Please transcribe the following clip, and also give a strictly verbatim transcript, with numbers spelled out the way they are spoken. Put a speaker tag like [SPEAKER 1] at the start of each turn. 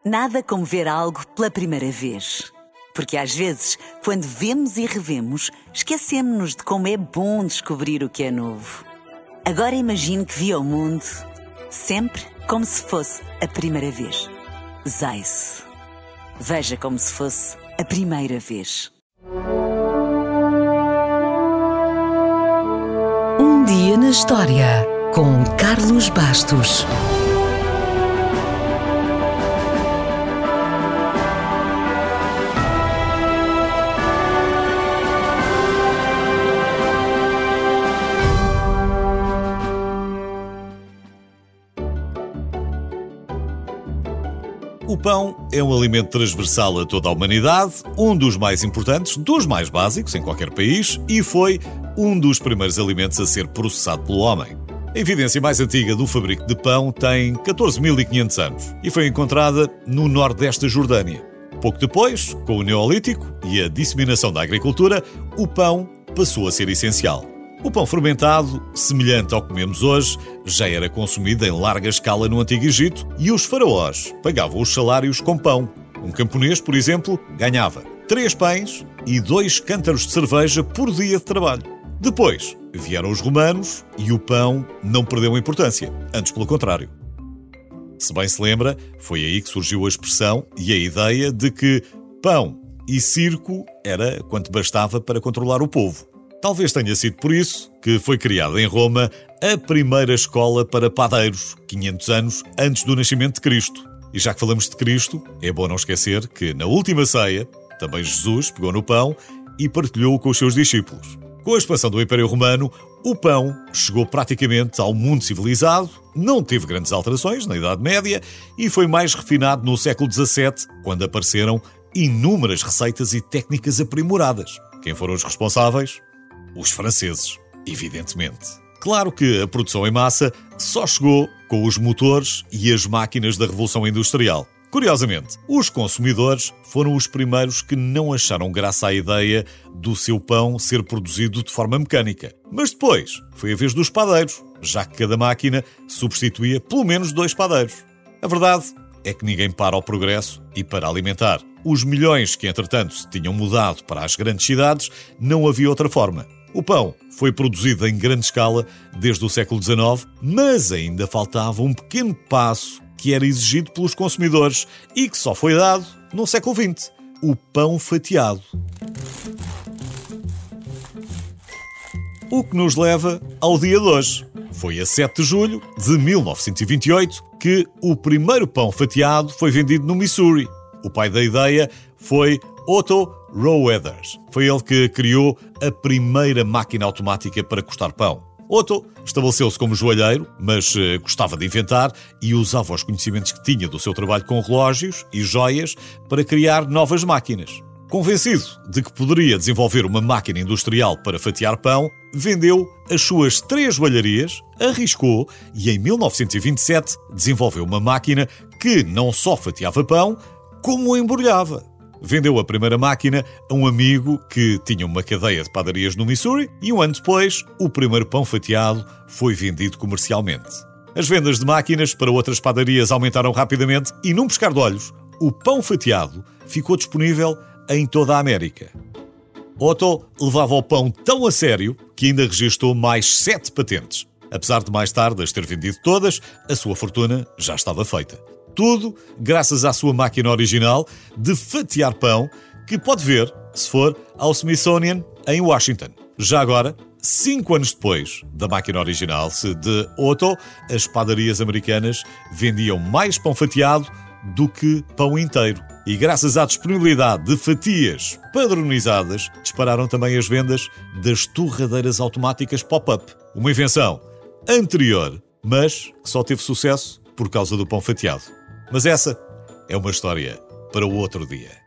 [SPEAKER 1] Nada como ver algo pela primeira vez. Porque às vezes, quando vemos e revemos, esquecemos-nos de como é bom descobrir o que é novo. Agora imagine que viu o mundo sempre como se fosse a primeira vez. Zais. Veja como se fosse a primeira vez.
[SPEAKER 2] Um dia na história, com Carlos Bastos.
[SPEAKER 3] O pão é um alimento transversal a toda a humanidade, um dos mais importantes, dos mais básicos em qualquer país, e foi um dos primeiros alimentos a ser processado pelo homem. A evidência mais antiga do fabrico de pão tem catorze mil e quinhentos anos e foi encontrada no nordeste da Jordânia. Pouco depois, com o Neolítico e a disseminação da agricultura, o pão passou a ser essencial. O pão fermentado, semelhante ao que comemos hoje, já era consumido em larga escala no Antigo Egito e os faraós pagavam os salários com pão. Um camponês, por exemplo, ganhava três pães e dois cântaros de cerveja por dia de trabalho. Depois vieram os romanos e o pão não perdeu importância, antes pelo contrário. Se bem se lembra, foi aí que surgiu a expressão e a ideia de que pão e circo era quanto bastava para controlar o povo. Talvez tenha sido por isso que foi criada em Roma a primeira escola para padeiros, quinhentos anos antes do nascimento de Cristo. E já que falamos de Cristo, é bom não esquecer que na última ceia, também Jesus pegou no pão e partilhou com os seus discípulos. Com a expansão do Império Romano, o pão chegou praticamente ao mundo civilizado, não teve grandes alterações na Idade Média e foi mais refinado no século dezassete, quando apareceram inúmeras receitas e técnicas aprimoradas. Quem foram os responsáveis? Os franceses, evidentemente. Claro que a produção em massa só chegou com os motores e as máquinas da Revolução Industrial. Curiosamente, os consumidores foram os primeiros que não acharam graça à ideia do seu pão ser produzido de forma mecânica. Mas depois foi a vez dos padeiros, já que cada máquina substituía pelo menos dois padeiros. A verdade é que ninguém para o progresso e para alimentar os milhões que, entretanto, se tinham mudado para as grandes cidades, não havia outra forma. O pão foi produzido em grande escala desde o século dezenove, mas ainda faltava um pequeno passo que era exigido pelos consumidores e que só foi dado no século vinte, o pão fatiado. O que nos leva ao dia de hoje. Foi a sete de julho de mil novecentos e vinte e oito que o primeiro pão fatiado foi vendido no Missouri. O pai da ideia foi Otto Rowetters. Foi ele que criou a primeira máquina automática para cortar pão. Otto estabeleceu-se como joalheiro, mas uh, gostava de inventar e usava os conhecimentos que tinha do seu trabalho com relógios e joias para criar novas máquinas. Convencido de que poderia desenvolver uma máquina industrial para fatiar pão, vendeu as suas três joalharias, arriscou e em mil novecentos e vinte e sete desenvolveu uma máquina que não só fatiava pão, como o embrulhava. Vendeu a primeira máquina a um amigo que tinha uma cadeia de padarias no Missouri e um ano depois o primeiro pão fatiado foi vendido comercialmente. As vendas de máquinas para outras padarias aumentaram rapidamente e num piscar de olhos, o pão fatiado ficou disponível em toda a América. Otto levava o pão tão a sério que ainda registrou mais sete patentes. Apesar de mais tarde as ter vendido todas, a sua fortuna já estava feita. Tudo graças à sua máquina original de fatiar pão, que pode ver se for ao Smithsonian em Washington. Já agora, cinco anos depois da máquina original de Otto, as padarias americanas vendiam mais pão fatiado do que pão inteiro. E graças à disponibilidade de fatias padronizadas, dispararam também as vendas das torradeiras automáticas pop-up. Uma invenção anterior, mas que só teve sucesso por causa do pão fatiado. Mas essa é uma história para o outro dia.